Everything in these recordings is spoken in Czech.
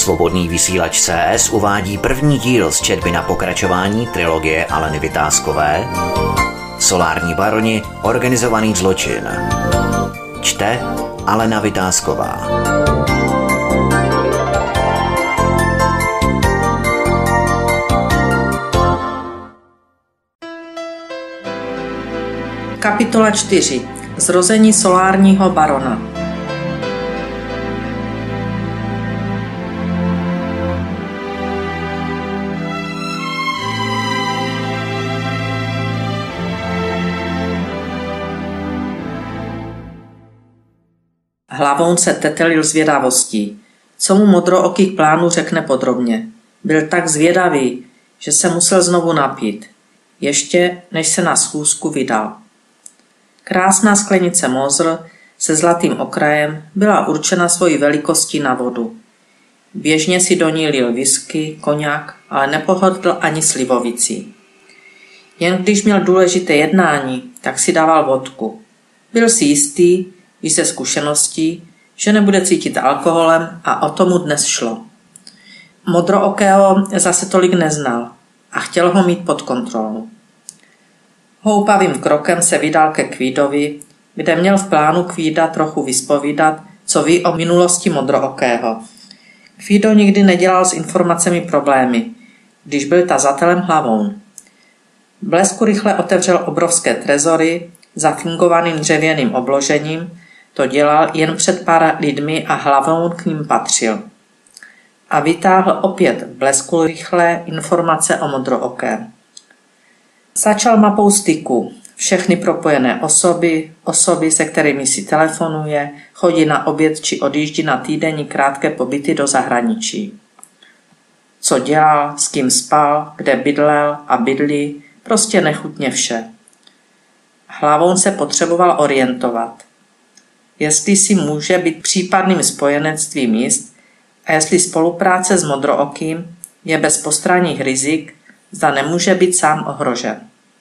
Svobodný vysílač CS uvádí první díl z četby na pokračování trilogie Aleny Vitáskové Solární baroni – organizovaný zločin. Čte Alena Vitásková. Kapitola 4. Zrození solárního barona. Hlavoun se tetelil zvědavostí. Co mu modrooký k plánu řekne podrobně. Byl tak zvědavý, že se musel znovu napít. Ještě než se na schůzku vydal. Krásná sklenice Mosr se zlatým okrajem byla určena svojí velikostí na vodu. Běžně si do ní lil whisky, koňak, ale nepohodl ani slivovicí. Jen když měl důležité jednání, tak si dával vodku. Byl si jistý, i ze zkušeností, že nebude cítit alkoholem a o tomu dnes šlo. Modrookého zase tolik neznal a chtěl ho mít pod kontrolou. Houpavým krokem se vydal ke Kvídovi, kde měl v plánu Kvída trochu vyspovídat, co ví o minulosti modrookého. Kvído nikdy nedělal s informacemi problémy, když byl tazatelem Hlavoun. Blesku rychle otevřel obrovské trezory za fingovaným dřevěným obložením, to dělal jen před pár lidmi a Hlavoun k ním patřil. A vytáhl opět v blesku rychlé informace o modrookém. Začal mapou styku, všechny propojené osoby, se kterými si telefonuje, chodí na oběd či odjíždí na týdenní krátké pobyty do zahraničí. Co dělal, s kým spal, kde bydlel a bydlí, prostě nechutně vše. Hlavoun se potřeboval orientovat. Jestli si může být případným spojenectvím jist a jestli spolupráce s modrookým je bez postranních rizik, zda nemůže být sám ohrožen.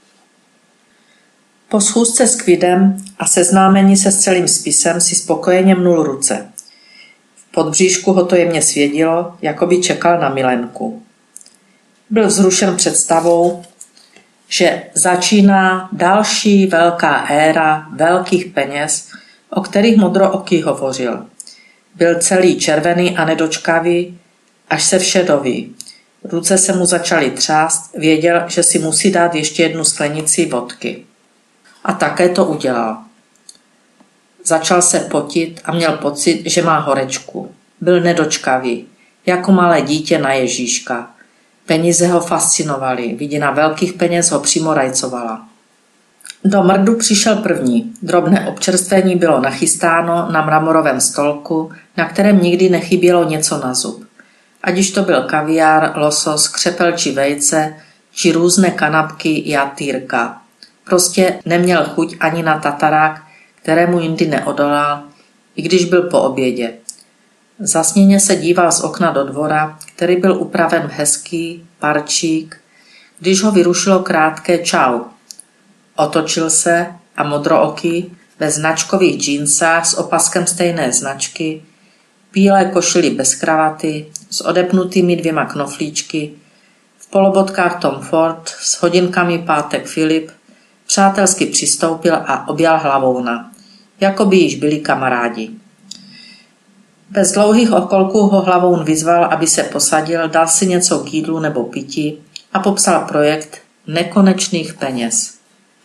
Po schůzce s Kvidem a seznámení se s celým spisem si spokojeně mnul ruce. V podbříšku ho to jemně svědilo, jako by čekal na milenku. Byl vzrušen představou, že začíná další velká éra velkých peněz, o kterých modrooký hovořil. Byl celý červený a nedočkavý, až se vše doví. Ruce se mu začaly třást, věděl, že si musí dát ještě jednu sklenici vodky. A také to udělal. Začal se potit a měl pocit, že má horečku. Byl nedočkavý, jako malé dítě na Ježíška. Peníze ho fascinovaly, vidina velkých peněz ho přímo rajcovala. Do Mrdu přišel první. Drobné občerstvení bylo nachystáno na mramorovém stolku, na kterém nikdy nechybělo něco na zub. Ať již to byl kaviár, losos, křepel či vejce, či různé kanapky, jatýrka. Prostě neměl chuť ani na tatarák, kterému jindy neodolal, i když byl po obědě. Zasněně se díval z okna do dvora, který byl upraven hezký parčík, když ho vyrušilo krátké čau. Otočil se a modrooký ve značkových džínsách s opaskem stejné značky, bílé košili bez kravaty, s odepnutými 2 knoflíčky, v polobotkách Tom Ford, s hodinkami pátek Filip, přátelsky přistoupil a objal Hlavouna, jako by již byli kamarádi. Bez dlouhých okolků ho Hlavoun vyzval, aby se posadil, dal si něco k jídlu nebo pití a popsal projekt nekonečných peněz.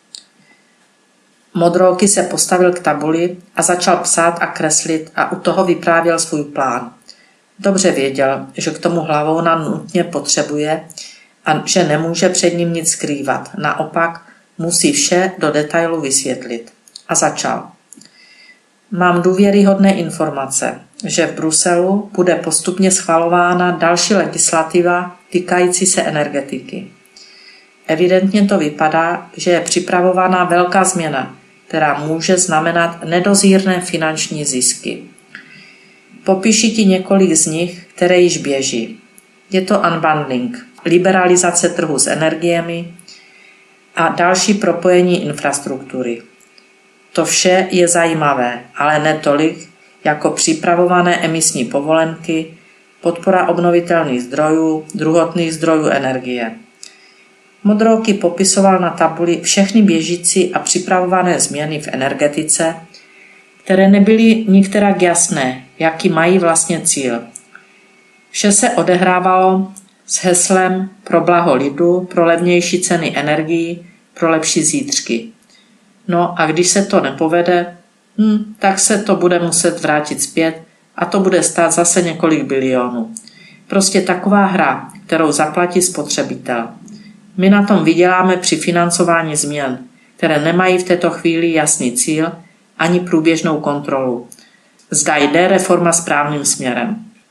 Modrooký se postavil k tabuli a začal psát a kreslit a u toho vyprávěl svůj plán. Dobře věděl, že k tomu Hlavouna nutně potřebuje a že nemůže před ním nic skrývat. Naopak musí vše do detailu vysvětlit. A začal. Mám důvěryhodné informace, že v Bruselu bude postupně schvalována další legislativa týkající se energetiky. Evidentně to vypadá, že je připravována velká změna, která může znamenat nedozírné finanční zisky. Popíši ti několik z nich, které již běží. Je to unbundling, liberalizace trhu s energiemi a další propojení infrastruktury. To vše je zajímavé, ale ne tolik, jako připravované emisní povolenky, podpora obnovitelných zdrojů, druhotných zdrojů energie. Modrooky popisoval na tabuli všechny běžící a připravované změny v energetice, které nebyly nikterak jasné, jaký mají vlastně cíl. Vše se odehrávalo s heslem pro blaho lidu, pro levnější ceny energií, pro lepší zítřky. No a když se to nepovede, tak se to bude muset vrátit zpět a to bude stát zase několik bilionů. Prostě taková hra, kterou zaplatí spotřebitel. My na tom vyděláme při financování změn, které nemají v této chvíli jasný cíl ani průběžnou kontrolu. Zda jde reforma správným směrem.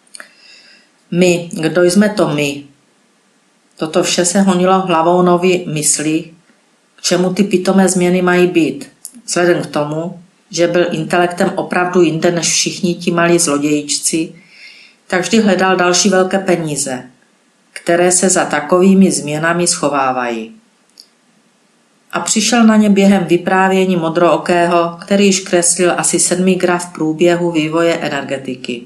My, kdo jsme to my? Toto vše se honilo hlavou nový myslí, k čemu ty pitomé změny mají být. Vzhledem k tomu, že byl intelektem opravdu jinde než všichni ti malí zlodějičci, tak vždy hledal další velké peníze, které se za takovými změnami schovávají. A přišel na ně během vyprávění Modrookého, který již kreslil asi 7. graf průběhu vývoje energetiky.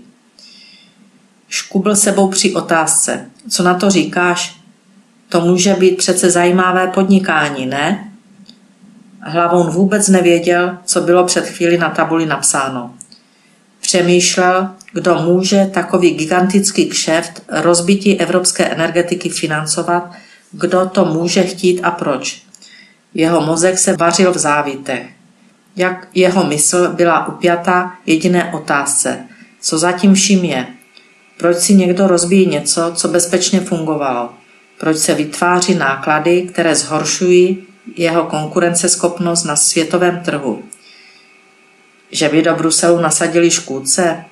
Škubl sebou při otázce. Co na to říkáš? To může být přece zajímavé podnikání, ne? Hlavoun vůbec nevěděl, co bylo před chvíli na tabuli napsáno. Přemýšlel, kdo může takový gigantický kšeft rozbití evropské energetiky financovat, kdo to může chtít a proč. Jeho mozek se vařil v závitech. Jak jeho mysl byla upjata jediné otázce. Co zatím vším je? Proč si někdo rozbíjí něco, co bezpečně fungovalo? Proč se vytváří náklady, které zhoršují jeho konkurenceschopnost na světovém trhu? Že by do Bruselu nasadili škůdce?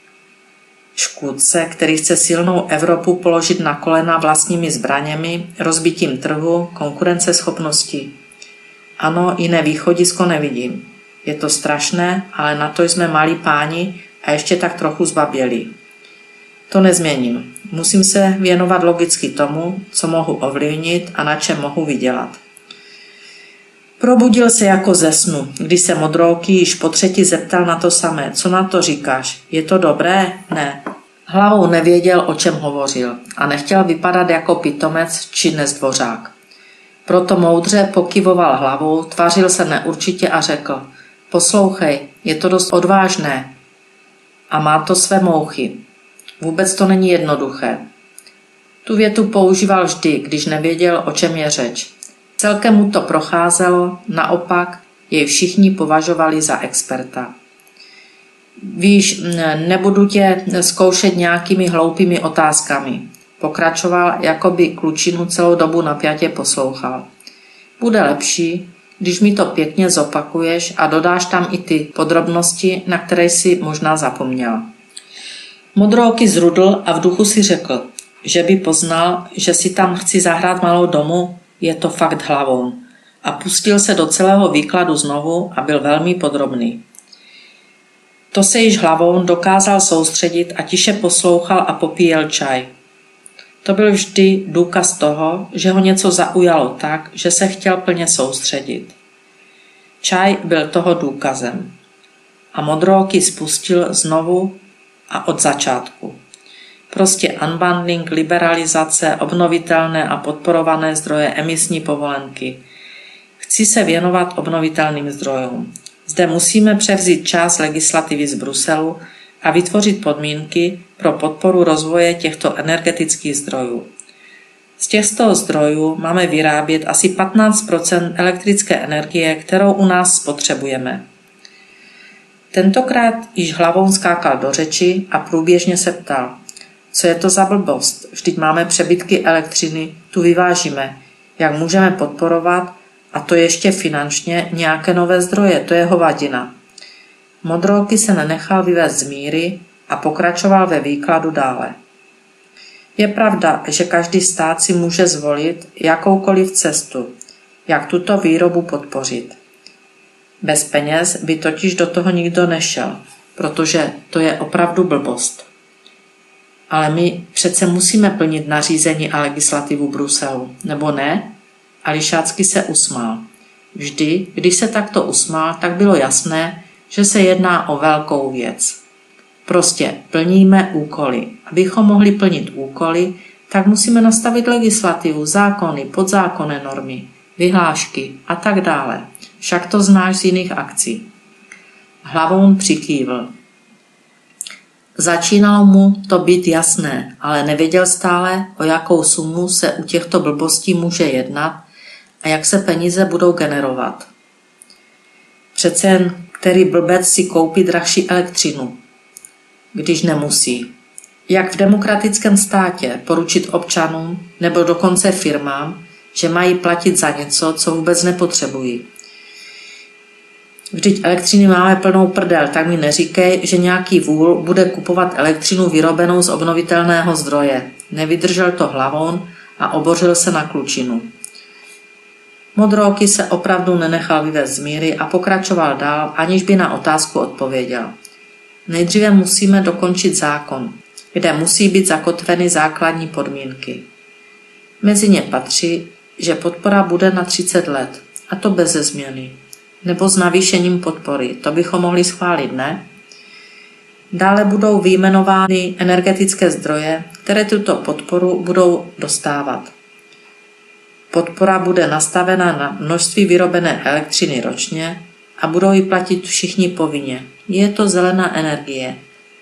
Škůdce, který chce silnou Evropu položit na kolena vlastními zbraněmi, rozbitím trhu, konkurenceschopnosti. Ano, jiné východisko nevidím. Je to strašné, ale na to jsme malí páni a ještě tak trochu zbabělí. To nezměním. Musím se věnovat logicky tomu, co mohu ovlivnit a na čem mohu vydělat. Probudil se jako ze snu, když se Modrooky již po třetí zeptal na to samé. Co na to říkáš? Je to dobré? Ne. Hlavou nevěděl, o čem hovořil a nechtěl vypadat jako pitomec či nezdvořák. Proto moudře pokyvoval hlavou, tvařil se neurčitě a řekl: poslouchej, je to dost odvážné a má to své mouchy. Vůbec to není jednoduché. Tu větu používal vždy, když nevěděl, o čem je řeč. Celkem mu to procházelo, naopak jej všichni považovali za experta. Víš, nebudu tě zkoušet nějakými hloupými otázkami. Pokračoval, jako by klučinu celou dobu napjatě poslouchal. Bude lepší, když mi to pěkně zopakuješ a dodáš tam i ty podrobnosti, na které jsi možná zapomněl. Modrooky zrudl a v duchu si řekl, že by poznal, že si tam chci zahrát malou domu, je to fakt Hlavoun. A pustil se do celého výkladu znovu a byl velmi podrobný. To se již Hlavoun dokázal soustředit a tiše poslouchal a popíjel čaj. To byl vždy důkaz toho, že ho něco zaujalo tak, že se chtěl plně soustředit. Čaj byl toho důkazem. A Modrooky spustil znovu a od začátku. Prostě unbundling, liberalizace, obnovitelné a podporované zdroje, emisní povolenky. Chci se věnovat obnovitelným zdrojům. Zde musíme převzít část legislativy z Bruselu a vytvořit podmínky pro podporu rozvoje těchto energetických zdrojů. Z těchto zdrojů máme vyrábět asi 15 % elektrické energie, kterou u nás spotřebujeme. Tentokrát již Hlavoun skákal do řeči a průběžně se ptal: co je to za blbost? Vždyť máme přebytky elektřiny, tu vyvážíme. Jak můžeme podporovat, a to ještě finančně, nějaké nové zdroje? To je hovadina. Modrooky se nenechal vyvést z míry a pokračoval ve výkladu dále. Je pravda, že každý stát si může zvolit jakoukoliv cestu, jak tuto výrobu podpořit. Bez peněz by totiž do toho nikdo nešel, protože to je opravdu blbost. Ale my přece musíme plnit nařízení a legislativu Bruselu, nebo ne? A Lišácky se usmál. Vždy, když se takto usmál, tak bylo jasné, že se jedná o velkou věc. Prostě plníme úkoly. Abychom mohli plnit úkoly, tak musíme nastavit legislativu, zákony, podzákonné normy, vyhlášky a tak dále. Však to znáš z jiných akcí. Hlavoun přikývl. Začínalo mu to být jasné, ale nevěděl stále, o jakou sumu se u těchto blbostí může jednat a jak se peníze budou generovat. Přece jen který blbec si koupí drahší elektřinu, když nemusí. Jak v demokratickém státě poručit občanům nebo dokonce firmám, že mají platit za něco, co vůbec nepotřebují. Vždyť elektřiny máme plnou prdel, tak mi neříkej, že nějaký vůl bude kupovat elektřinu vyrobenou z obnovitelného zdroje. Nevydržel to Hlavoun a obořil se na klučinu. Modrooky se opravdu nenechal vyvést z míry a pokračoval dál, aniž by na otázku odpověděl. Nejdříve musíme dokončit zákon, kde musí být zakotveny základní podmínky. Mezi ně patří, že podpora bude na 30 let, a to beze změny. Nebo s navýšením podpory, to bychom mohli schválit, ne? Dále budou vyjmenovány energetické zdroje, které tuto podporu budou dostávat. Podpora bude nastavena na množství vyrobené elektřiny ročně a budou ji platit všichni povinně. Je to zelená energie.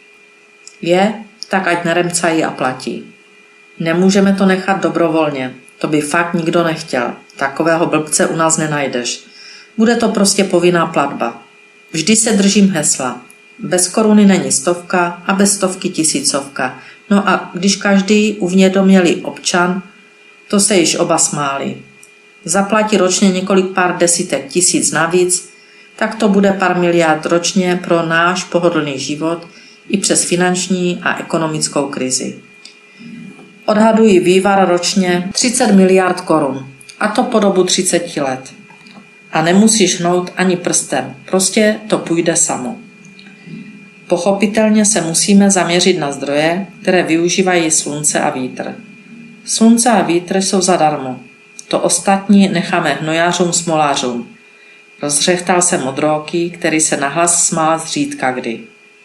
Je, tak ať neremcají a platí. Nemůžeme to nechat dobrovolně, to by fakt nikdo nechtěl. Takového blbce u nás nenajdeš. Bude to prostě povinná platba. Vždy se držím hesla. Bez koruny není stovka a bez stovky tisícovka. No a když každý uvědomělý občan, to se již oba smáli. Zaplatí ročně několik pár desítek tisíc navíc, tak to bude pár miliard ročně pro náš pohodlný život i přes finanční a ekonomickou krizi. Odhadují vývar ročně 30 miliard korun, a to po dobu 30 let. A nemusíš hnout ani prstem, prostě to půjde samo. Pochopitelně se musíme zaměřit na zdroje, které využívají slunce a vítr. Slunce a vítr jsou zadarmo. To ostatní necháme hnojářům smolářům. Rozřechtal se Modrooký, který se nahlas smál zřídka kdy.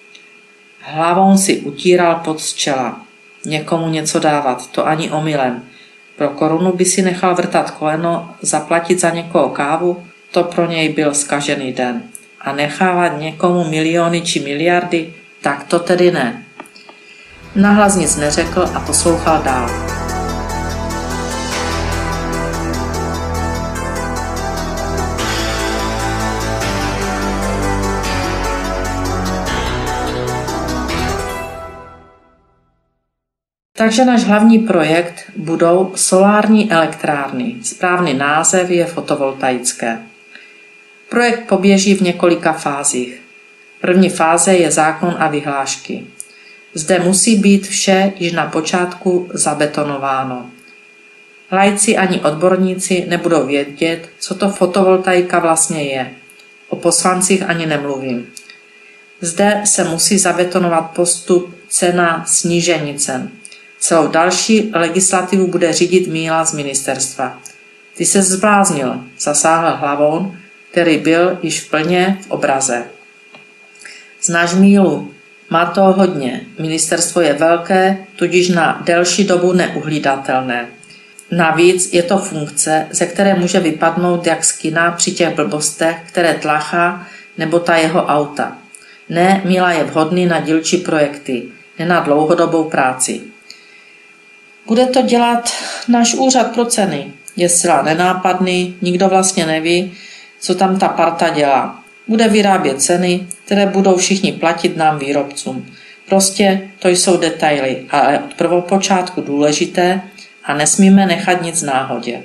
Hlavoun si utíral pot z čela. Někomu něco dávat, to ani omylem. Pro korunu by si nechal vrtat koleno, zaplatit za někoho kávu, to pro něj byl zkažený den. A nechávat někomu miliony či miliardy, tak to tedy ne. Nahlas nic neřekl a poslouchal dál. Takže náš hlavní projekt budou solární elektrárny. Správný název je fotovoltaické. Projekt poběží v několika fázích. První fáze je zákon a vyhlášky. Zde musí být vše již na počátku zabetonováno. Laici ani odborníci nebudou vědět, co to fotovoltaika vlastně je. O poslancích ani nemluvím. Zde se musí zabetonovat postup, cena, snížení cen. Celou další legislativu bude řídit Míla z ministerstva. Ty se zbláznil, zasáhl Hlavoun, který byl již plně v obraze. Znáš Mílu? Má toho hodně. Ministerstvo je velké, tudíž na delší dobu neuhlídatelné. Navíc je to funkce, ze které může vypadnout jak z kina při těch blbostech, které tlachá, nebo ta jeho auta. Ne, Míla je vhodný na dílčí projekty, ne na dlouhodobou práci. Bude to dělat náš úřad pro ceny. Je zcela nenápadný, nikdo vlastně neví, co tam ta parta dělá. Bude vyrábět ceny, které budou všichni platit nám výrobcům. Prostě to jsou detaily, ale od prvopočátku důležité a nesmíme nechat nic náhodě.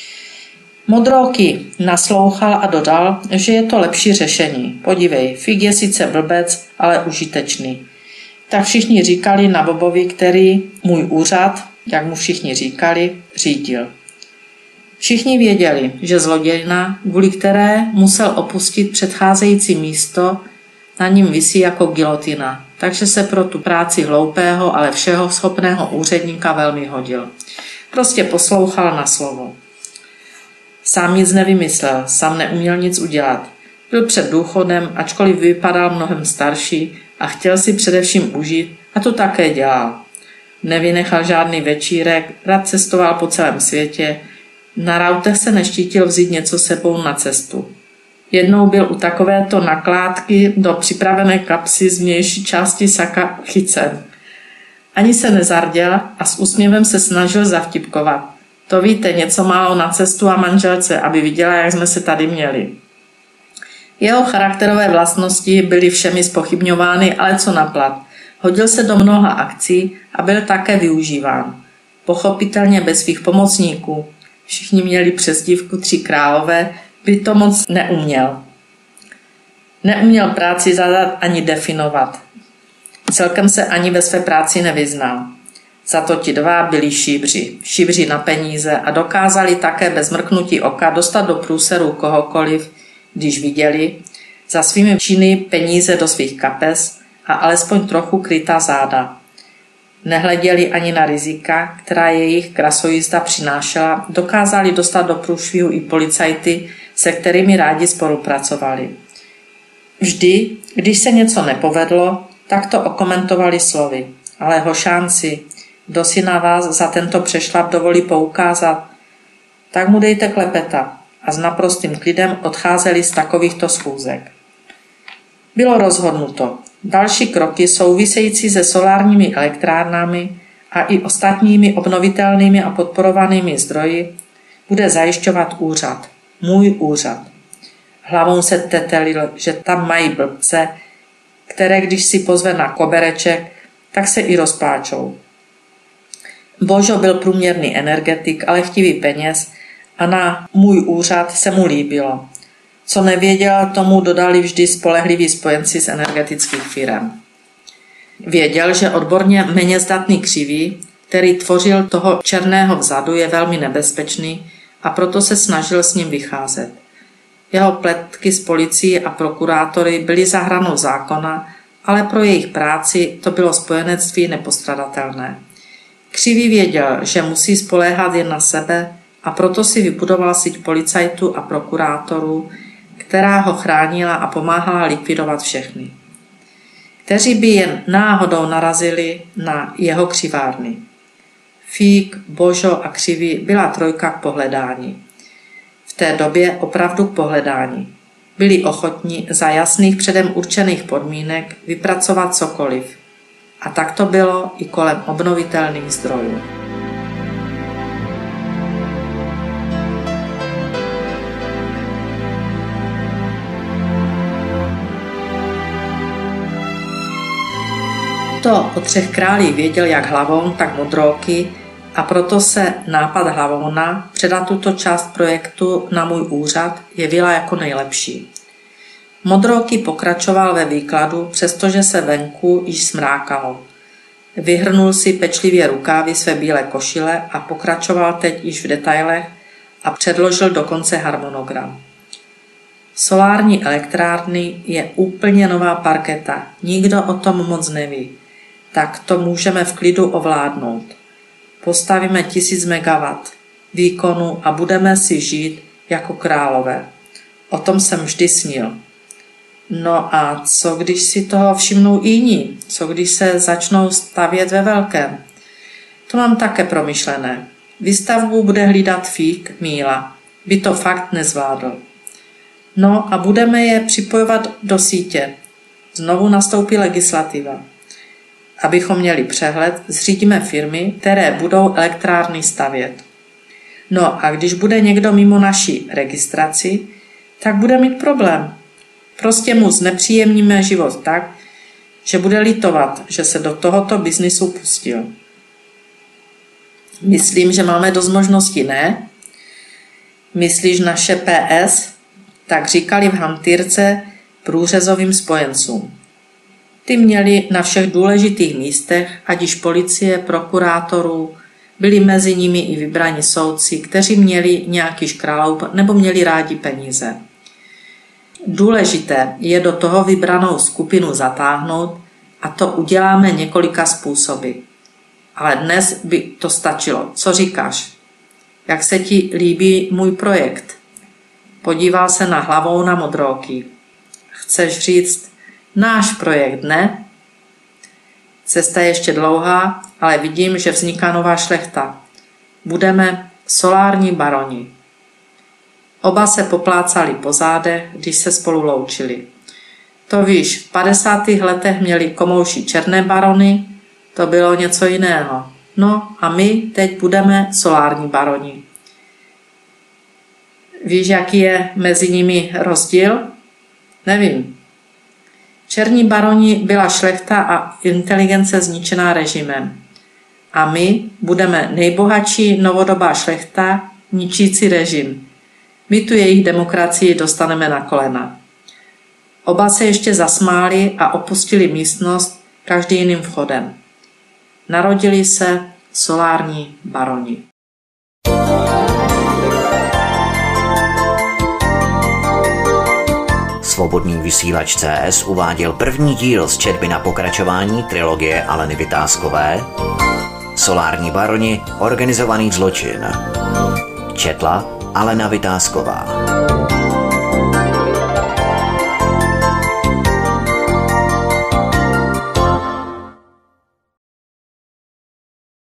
Modrooký naslouchal a dodal, že je to lepší řešení. Podívej, Fig je sice blbec, ale užitečný. Tak všichni říkali na Bobovi, který můj úřad, jak mu všichni říkali, řídil. Všichni věděli, že zlodějina, kvůli které musel opustit předcházející místo, na ním visí jako gilotina, takže se pro tu práci hloupého, ale všeho schopného úředníka velmi hodil. Prostě poslouchal na slovo. Sám nic nevymyslel, sám neuměl nic udělat. Byl před důchodem, ačkoliv vypadal mnohem starší a chtěl si především užít a to také dělal. Nevynechal žádný večírek, rád cestoval po celém světě, na rautech se neštítil vzít něco sebou na cestu. Jednou byl u takovéto nakládky do připravené kapsy z vnější části saka chycen. Ani se nezarděl a s úsměvem se snažil zavtipkovat. To víte, něco málo na cestu a manželce, aby viděla, jak jsme se tady měli. Jeho charakterové vlastnosti byly všemi zpochybňovány, ale co naplat. Hodil se do mnoha akcí a byl také využíván. Pochopitelně bez svých pomocníků. Všichni měli přezdívku 3 králové, by to moc neuměl. Neuměl práci zadat ani definovat. Celkem se ani ve své práci nevyznal. Za to ti 2 byli šíbři. Šíbři na peníze a dokázali také bez mrknutí oka dostat do průseru kohokoliv, když viděli, za svými činy peníze do svých kapes a alespoň trochu krytá záda. Nehleděli ani na rizika, která jejich krasojízda přinášela, dokázali dostat do průšvihu i policajty, se kterými rádi spolupracovali. Vždy, když se něco nepovedlo, tak to okomentovali slovy. Ale hošánci, kdo si na vás za tento přešlap dovolí poukázat, tak mu dejte klepeta. A s naprostým klidem odcházeli z takovýchto schůzek. Bylo rozhodnuto. Další kroky související se solárními elektrárnami a i ostatními obnovitelnými a podporovanými zdroji bude zajišťovat úřad. Můj úřad. Hlavou se tetelil, že tam mají blbce, které když si pozve na kobereček, tak se i rozpláčou. Božo byl průměrný energetik, ale chtivý peněz a na můj úřad se mu líbilo. Co nevěděl, tomu dodali vždy spolehliví spojenci z energetických firem. Věděl, že odborně méně zdatný křivý, který tvořil toho černého vzadu, je velmi nebezpečný a proto se snažil s ním vycházet. Jeho pletky s policií a prokurátory byly za hranou zákona, ale pro jejich práci to bylo spojenectví nepostradatelné. Křivý věděl, že musí spoléhat jen na sebe a proto si vybudoval síť policajtů a prokurátorů, která ho chránila a pomáhala likvidovat všechny, kteří by jen náhodou narazili na jeho křivárny. Fík, Božo a Křivý byla trojka k pohledání. V té době opravdu k pohledání. Byli ochotní za jasných předem určených podmínek vypracovat cokoliv. A tak to bylo i kolem obnovitelných zdrojů. To o 3 králích věděl jak Hlavoun, tak Modrooky a proto se nápad Hlavouna předat tuto část projektu na můj úřad jevila jako nejlepší. Modrooky pokračoval ve výkladu, přestože se venku již smrákalo. Vyhrnul si pečlivě rukávy své bílé košile a pokračoval teď již v detailech a předložil dokonce harmonogram. Solární elektrárny je úplně nová parketa, nikdo o tom moc neví. Tak to můžeme v klidu ovládnout. Postavíme 1000 MW výkonu a budeme si žít jako králové. O tom jsem vždy snil. No a co když si toho všimnou i jiní? Co když se začnou stavět ve velkém? To mám také promyšlené. Výstavbu bude hlídat Fík Míla. By to fakt nezvládl. No a budeme je připojovat do sítě. Znovu nastoupí legislativa. Abychom měli přehled, zřídíme firmy, které budou elektrárny stavět. No a když bude někdo mimo naši registraci, tak bude mít problém. Prostě mu znepříjemníme život tak, že bude litovat, že se do tohoto biznisu pustil. Myslím, že máme dost možností, ne? Myslíš naše PS? Tak říkali v hantýrce průřezovým spojencům. Ty měli na všech důležitých místech, ať již policie, prokurátorů, byli mezi nimi i vybraní soudci, kteří měli nějaký škraloup nebo měli rádi peníze. Důležité je do toho vybranou skupinu zatáhnout a to uděláme několika způsoby. Ale dnes by to stačilo. Co říkáš? Jak se ti líbí můj projekt? Podíval se na Hlavouna Modrooky. Chceš říct náš projekt, ne? Cesta je ještě dlouhá, ale vidím, že vzniká nová šlechta. Budeme solární baroni. Oba se poplácali po zádech, když se spolu loučili. To víš, v 50. letech měli komouši černé barony, to bylo něco jiného. No a my teď budeme solární baroni. Víš, jaký je mezi nimi rozdíl? Nevím. Černí baroni byla šlechta a inteligence zničená režimem. A my budeme nejbohatší novodobá šlechta, ničící režim. My tu jejich demokracii dostaneme na kolena. Oba se ještě zasmáli a opustili místnost každý jiným vchodem. Narodili se solární baroni. Svobodný vysílač CS uváděl první díl z četby na pokračování trilogie Aleny Vytázkové Solární baroni, organizovaný zločin. Četla Alena Vytázková.